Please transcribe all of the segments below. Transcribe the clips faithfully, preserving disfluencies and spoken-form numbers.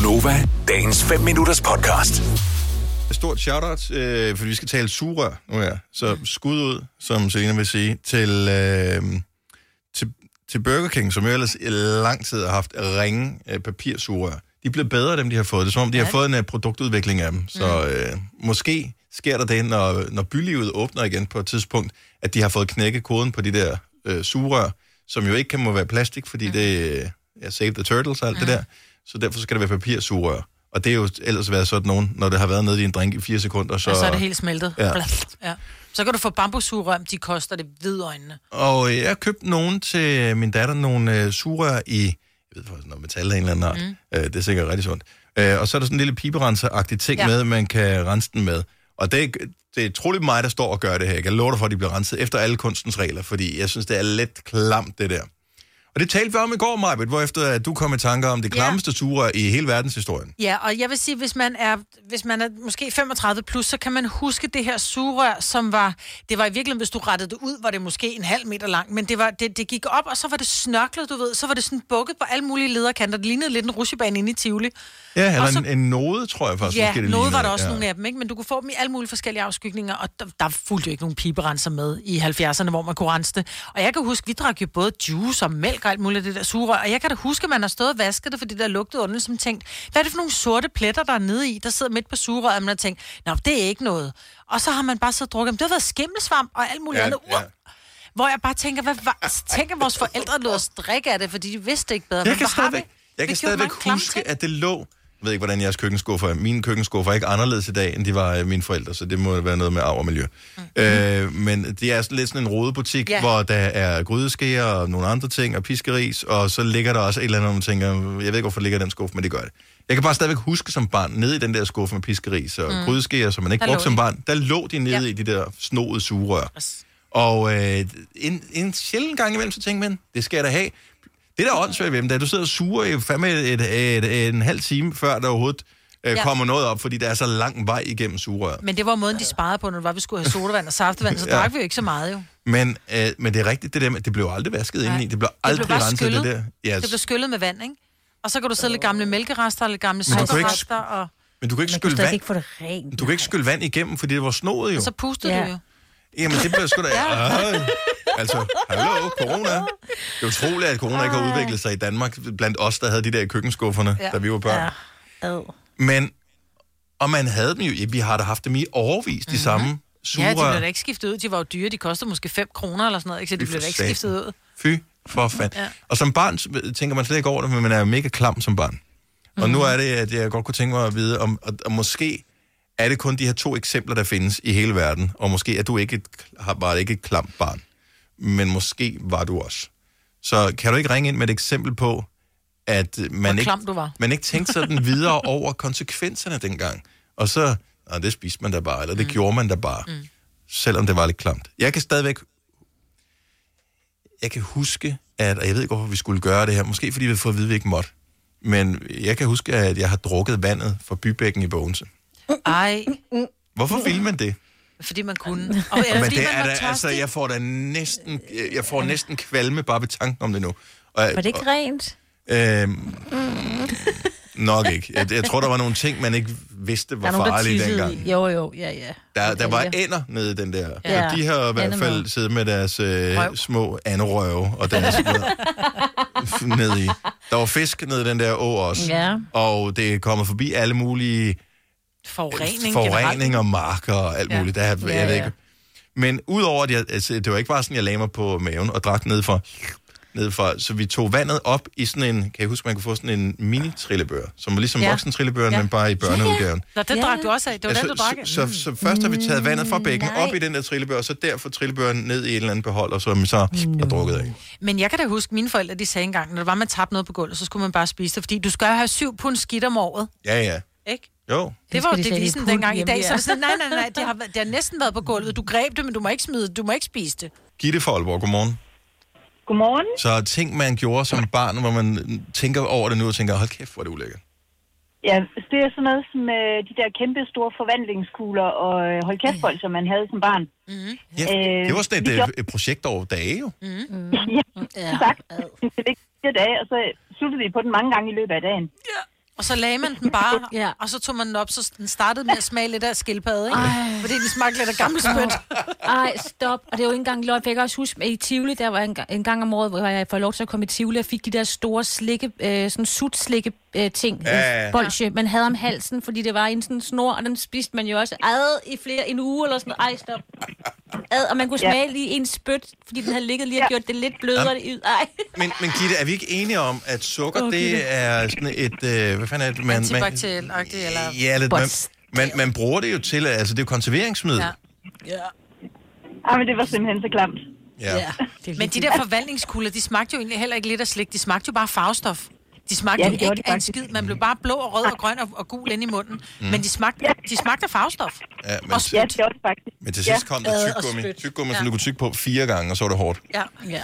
Gonova, dagens fem minutters podcast. Et stort shout-out, øh, for vi skal tale sugerør nu her. Så skud ud, som Selina vil sige, til, øh, til, til Burger King, som jo ellers i lang tid har haft ringe øh, papirsugerør. De bliver bedre, dem de har fået. Det er som om, de har fået en uh, produktudvikling af dem. Så øh, måske sker der det, når, når bylivet åbner igen på et tidspunkt, at de har fået knækket koden på de der øh, sugerør, som jo ikke kan må være plastik, fordi mm. det er ja, Save the Turtles og alt mm. det der. Så derfor skal det være papirsugerør. Og det er jo ellers været sådan nogen, når det har været nede i en drink i fire sekunder. Så, og så er det helt smeltet. Ja. Ja. Så kan du få bambussugerør, de koster det ved øjnene. Og jeg har købt nogen til min datter, nogle øh, sugerør i, jeg ved faktisk noget metal af en eller anden art. Mm. Øh, det er sikkert rigtig sundt. Øh, og så er der sådan en lille piberenser-agtig ting ja. med, man kan rense den med. Og det, det er troligt mig, der står og gør det her. Jeg kan love dig for, at de bliver renset efter alle kunstens regler, fordi jeg synes, det er lidt klamt, det der. Og det talte vi om i går, Majbet, hvorefter at du kom i tanker om det klammeste sugerør i hele verdenshistorien. Ja, og jeg vil sige, hvis man er, hvis man er måske femogtredive plus, så kan man huske det her sugerør, som var, det var i virkeligheden, hvis du rettede det ud, var det måske en halv meter lang, men det, var, det, det gik op, og så var det snørklet, du ved, så var det sådan bukket på alle mulige lederkanter. Det lignede lidt en rutsjebane inde i Tivoli. Ja, eller så, en, en node, tror jeg faktisk. Ja, måske, det noget lignede. var der også ja. nogle af dem, ikke? Men du kunne få dem i alle mulige forskellige afskygninger, og der, der fulgte jo ikke nogen piberenser med i halvfjerdserne, hvor man kunne rense det. Og jeg kan huske, vi drak jo både juice og mælk og alt muligt af det der sugerør, og jeg kan da huske, at man har stået og vasket det, fordi der lugtede underligt, som tænkt, hvad er det for nogle sorte pletter, der er nede i, der sidder midt på sugerøret, og man har tænkt, nå, det er ikke noget. Og så har man bare siddet og drukket, det har været skimmelsvamp og alt muligt ja, andet. Ja. Hvor jeg bare tænker, hvad var, tænker vores forældre lå og strikke af det, fordi de vidste ikke bedre. Jeg men kan hvor har stadigvæk, vi? jeg Vi kan gjorde stadigvæk mange klamme huske, ting. at det lå. Jeg ved ikke, hvordan jeres køkkenskuffer er. Mine køkkenskuffer er ikke anderledes i dag, end de var øh, mine forældre, så det må være noget med arv og miljø. Mm. Øh, men det er sådan lidt sådan en rodebutik, ja. hvor der er grydeskeer og nogle andre ting, og piskeris, og så ligger der også et eller andet, man tænker, jeg ved ikke, hvorfor ligger den skuffe, men det gør det. Jeg kan bare stadigvæk huske som barn, nede i den der skuffe med piskeris og mm. grydeskeer, som man ikke brugte som barn, der lå de nede ja. i de der snoede sugerør. Yes. Og øh, en, en sjælden gang imellem, så tænkte man, det skal jeg da have. Det der er åndssvagt ved dem, da du sidder og suger i fandme et, et, et, en halv time, før der overhovedet øh, ja. kommer noget op, fordi der er så lang vej igennem sugerør. Men det var måden, de sparede på, når det var, vi skulle have sodavand og saftevand, så ja. drak vi jo ikke så meget jo. Men, øh, men det er rigtigt, det der med, det blev aldrig vasket indeni. Det blev aldrig det blev renset, skyllet. det der. Yes. Det blev skyllet med vand, ikke? Og så kan du sidde lidt gamle mælkerester, eller gamle sukkerrester, og... Men du kan ikke men skylle vand. Ikke få det rent. Du kan ikke skylle vand igennem, fordi det var snoet jo. Og så pustede ja. du jo. Jamen, det blev sgu da... ja. Altså, hallo, corona. Det er utroligt, at corona ikke har udviklet sig i Danmark, blandt os, der havde de der i køkkenskufferne, ja. da vi var børn. Ja. Men, og man havde dem jo, vi har da haft dem i overvis, de mm-hmm. samme sugerør. Ja, de blev da ikke skiftet ud, de var jo dyre, de kostede måske fem kroner eller sådan noget, ikke? Så de blev da ikke skiftet ud. Fy for fanden. Ja. Og som barn tænker man slet ikke over det, men man er jo mega klam som barn. Mm-hmm. Og nu er det, at jeg godt kunne tænke mig at vide, om, og, og måske er det kun de her to eksempler, der findes i hele verden, og måske er du ikke et, var det ikke et klamt barn, men måske var du også. Så kan du ikke ringe ind med et eksempel på, at man, ikke, man ikke tænkte sådan videre over konsekvenserne dengang, og så, nej, det spiste man da bare, eller det mm. gjorde man da bare, mm. selvom det var lidt klamt. Jeg kan stadigvæk, jeg kan huske, at, og jeg ved ikke, hvorfor vi skulle gøre det her, måske fordi vi har fået at vide, at vi ikke måtte, men jeg kan huske, at jeg har drukket vandet fra Bybækken i Bogense. Ej. Hvorfor vil man det? Fordi man kunne. Og, eller, men fordi det man er da, altså, jeg får da næsten, jeg får næsten kvalme bare ved tanken om det nu. Og, var det ikke rent? Øh, nok ikke. Jeg, jeg tror, der var nogle ting, man ikke vidste var farlige dengang. Jo, jo, ja, ja. Der, der var ænder nede i den der. Ja. Og de har i hvert fald siddet med deres øh, små anerøve og deres nede i. Der var fisk nede i den der å også. Ja. Og det er kommet forbi alle mulige forurening, forurening og marker og alt muligt. Ja. Der, jeg ja, ved ikke. Men udover at jeg, altså, det var ikke bare sådan, jeg lagde mig på maven og drak ned for, ned for, så vi tog vandet op i sådan en, kan jeg huske, man kunne få sådan en mini-trillebør, som var ligesom ja. voksen-trillebøren, ja. men bare i børneudgaven. Nå, den drak du også af. Det var altså, den, du drak af. Så, så, så først har vi taget vandet fra bækken op i den der trillebør, og så derfor trillebøren ned i en eller anden beholder, som så mm. har drukket af. Men jeg kan da huske, mine forældre, de sagde engang, når det var, man tabte noget på gulvet, så skulle man bare spise det, fordi du skal have syv pund skidt om året. Ja, ja. Ikke? Jo. Det var jo devisen dengang. I dag så er det sådan, nej, nej, nej, det har, det har næsten været på gulvet. Du greb det, men du må ikke smide det, du må ikke spise det. Gitte fra Aalborg, godmorgen. Godmorgen. Så ting, man gjorde som barn, hvor man tænker over det nu og tænker, hold kæft, hvor er det ulækkert. Ja, det er sådan noget som øh, de der kæmpe store forvandlingskugler og øh, hold kæftbold, som man havde som barn. Mm-hmm. Ja, øh, det var sådan et, gjorde... et projekt over dage jo. Mm-hmm. ja, ja, sagt. Det fik fire dage, og så sluttede vi på den mange gange i løbet af dagen. Ja. Og så lagde man den bare, Ja. og så tog man den op, så den startede med at smage lidt af skildpadde, ikke? Ej. Fordi den smagte lidt af gammel spyt. Ej, stop. Og det er jo ikke engang løgn, for jeg kan også huske, at i Tivoli, der var en, en gang om året, hvor jeg får lov til at komme i Tivoli, og fik de der store slikke, øh, sådan sutslikke øh, ting, Ja. øh, bolsje, man havde om halsen, fordi det var en sådan snor, og den spiste man jo også ad i flere, en uge eller sådan noget. Ej, stop. Ad, og man kunne smage ja. lige en spyt, fordi den havde ligget lige og gjort det lidt blødere ud. Ej. Men, men Gitte, er vi ikke enige om, at sukker, Åh, det Gitte. er sådan et... Øh, hvad fanden er det? Man, man, Antibakteriel-agtigt, eller... ja, lidt, man, man, man bruger det jo til... Altså, det er jo konserveringsmiddel. Ja. Ja. Ah, men det var simpelthen så klamt. Ja. Ja, det er Men de der forvandlingskugler, de smagte jo egentlig heller ikke lidt af slik. De smagte jo bare farvestof. De smagte Ja, ja, det jo gjorde ikke de af en faktisk. skid. Man blev bare blå og rød og grøn og, og gul inde i munden. Mm. Men de smagte, de smagte af farvestof. Ja, men, Og til, Ja, det gjorde det faktisk. men til sidst kom der Ad og tyggegummi, spyt. tyggegummi, Ja. som du kunne tygge på fire gange, og så var det hårdt. Ja. Ja.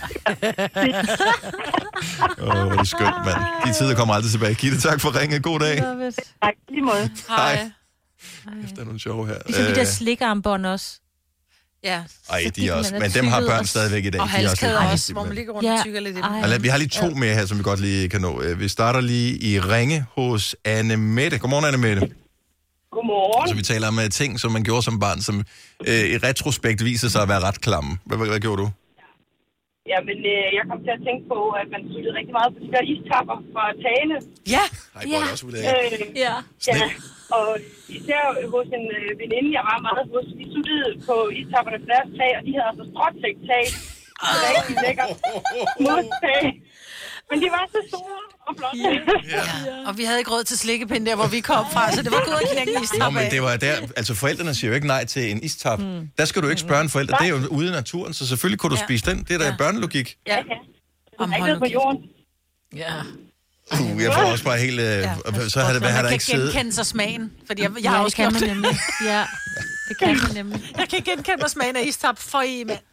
Åh, oh, hvor er det skønt, mand. De tider kommer aldrig tilbage. Gitte, tak for ringe. God dag. Tak, lige måde. Hej. Efter nogle sjove her. Ligesom de der Øh, slikarmbånd også. Ja. Ej, de er også... man er Men dem har tykket børn og- stadigvæk i dag. Og De er også halskæder lidt også, nasty, hvor man men- ligger rundt og tykker lidt i dem. ej. Og lad- Vi har lige to mere her, som vi godt lige kan nå. Øh, Vi starter lige i Ringe hos Anne Mette. Godmorgen, Anne Mette. Godmorgen. Så vi taler om uh, ting, som man gjorde som barn, som uh, i retrospekt viser sig at være ret klamme. Hvad, hvad, hvad gjorde du? Jamen, øh, jeg kom til at tænke på, at man suttede rigtig meget på de der istapper fra tagene. Ja. Ej, hvor er det også ulækkert. Øh, Ja. ja, og især hos en øh, veninde, jeg var meget hos, de suttede på istapperne på deres tag, og de havde altså stråtægt tag. Det var rigtig lækkert. Modtag. Men de var så store og flotte. Ja. Og vi havde ikke råd til slikkepinde der, hvor vi kom fra, så det var gået at knække Nå, istap men af. det var der... Altså, forældrene siger jo ikke nej til en istap. Mm. Der skal du ikke spørge en forælder. Det er jo ude i naturen, så selvfølgelig kunne du Ja. spise den. Det er da Ja. børnelogik. Ja. Der er ikke noget på jorden. Ja. Uh, jeg får også bare helt... Øh, Ja. så har det, hvad har man der kan ikke siddet... genkende sig smagen, fordi jeg, jeg Ja, har det også kan gjort man det. nemlig. Ja, det kan man nemlig. Jeg kan genkende mig smagen af istap for i, mand.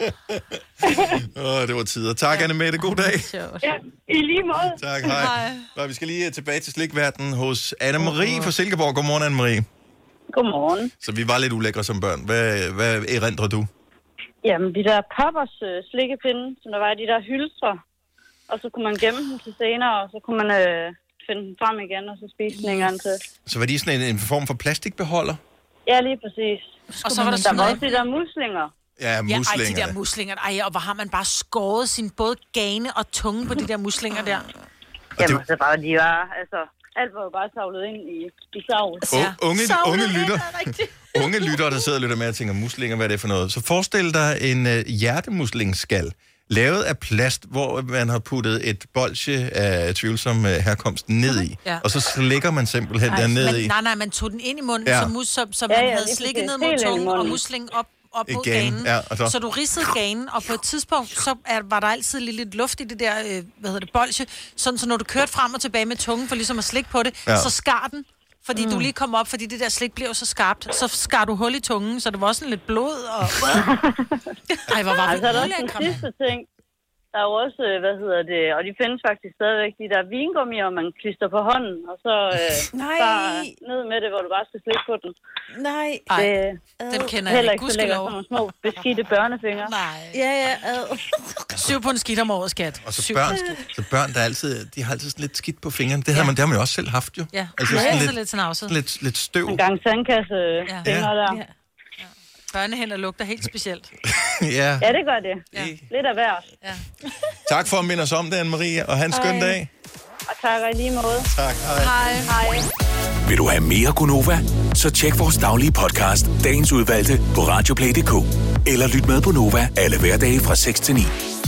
Åh, det var tider. Tak, ja. Anne Mette. God dag. Sjovt. Ja, i lige måde. Tak, hej. Hej. Nå, vi skal lige øh, tilbage til slikverdenen hos Anne-Marie fra Silkeborg. Godmorgen, Anne-Marie. Godmorgen. Så vi var lidt ulækre som børn. Hvad, hvad erindrer du? Jamen, de der poppers øh, slikkepinde, som der var i de der hylstre, og så kunne man gemme dem til senere, og så kunne man øh, finde den frem igen, og så spise den en gang til. Så var de sådan en, en form for plastikbeholder? Ja, lige præcis. Og så var der Der sådan var noget... også de der muslinger. Ja, Ja, ej, de muslinger. der muslinger. Ej, og hvor har man bare skåret sin både gane og tunge på de der muslinger der. Jamen, så bare de var, altså, alt var jo bare savlet ind i, i savl. U- unge, Savlet unge ind, lytter. er rigtigt. Unge lytter, der sidder og lytter med og tænker, muslinger, hvad er det for noget? Så forestil dig en uh, hjertemuslingsskal, lavet af plast, hvor man har puttet et bolsje af tvivlsom uh, herkomst ned i. Ja. Og så slikker man simpelthen den ned i. Men, nej, nej, man tog den ind i munden, Ja. ja. så, mus, så, så Ja, man ja, havde lige slikket præcis. ned mod Helt ind i tungen og munden. muslingen op, op I mod ganen, ganen. ja, og så- så... så du ridsede ganen, og på et tidspunkt, så er, var der altid lidt, lidt luft i det der, øh, hvad hedder det, bolsje, sådan så når du kørte frem og tilbage med tungen for ligesom at slikke på det, Ja. ja. så skar den. Fordi mm. du lige kom op, fordi det der slik blev så skarpt. Så skar du hul i tungen, så det var sådan lidt blod og... Ej, hvor var vi Altså, er der også ulækre, den mand. sidste ting. Der er jo også, øh, hvad hedder det, og de findes faktisk stadigvæk, de der vingummier, man klister på hånden, og så øh, Nej. bare ned med det, hvor du bare skal slikke på den. Nej. Ej, Det dem kender jeg heller ikke. ikke så lækkert, Gudskelov. sådan nogle små beskidte børnefingre. Nej. Ja, ja, ad. Syv på en skidt om året, skat. Og så Syv. børn, så børn, der altid, de har altid sådan lidt skidt på fingrene. Det, har man, det har man jo også selv haft, jo. Ja, Altså det er sådan altid lidt, lidt snavset. lidt, lidt støv. En gang sandkasse Ja. fingre der. Ja. Børnehænder lugter helt specielt. Ja. Ja, det gør det. Ja. Lidt af hvert. Ja. Tak for at minde os om det, Anne-Marie, og have en skøn Hej. dag. Og tak og i lige måde. Tak, hej. Hej. Hej. Vil du have mere Gunova? Så tjek vores daglige podcast, dagens udvalgte, på radioplay punktum d k. Eller lyt med på Nova alle hverdage fra seks til ni.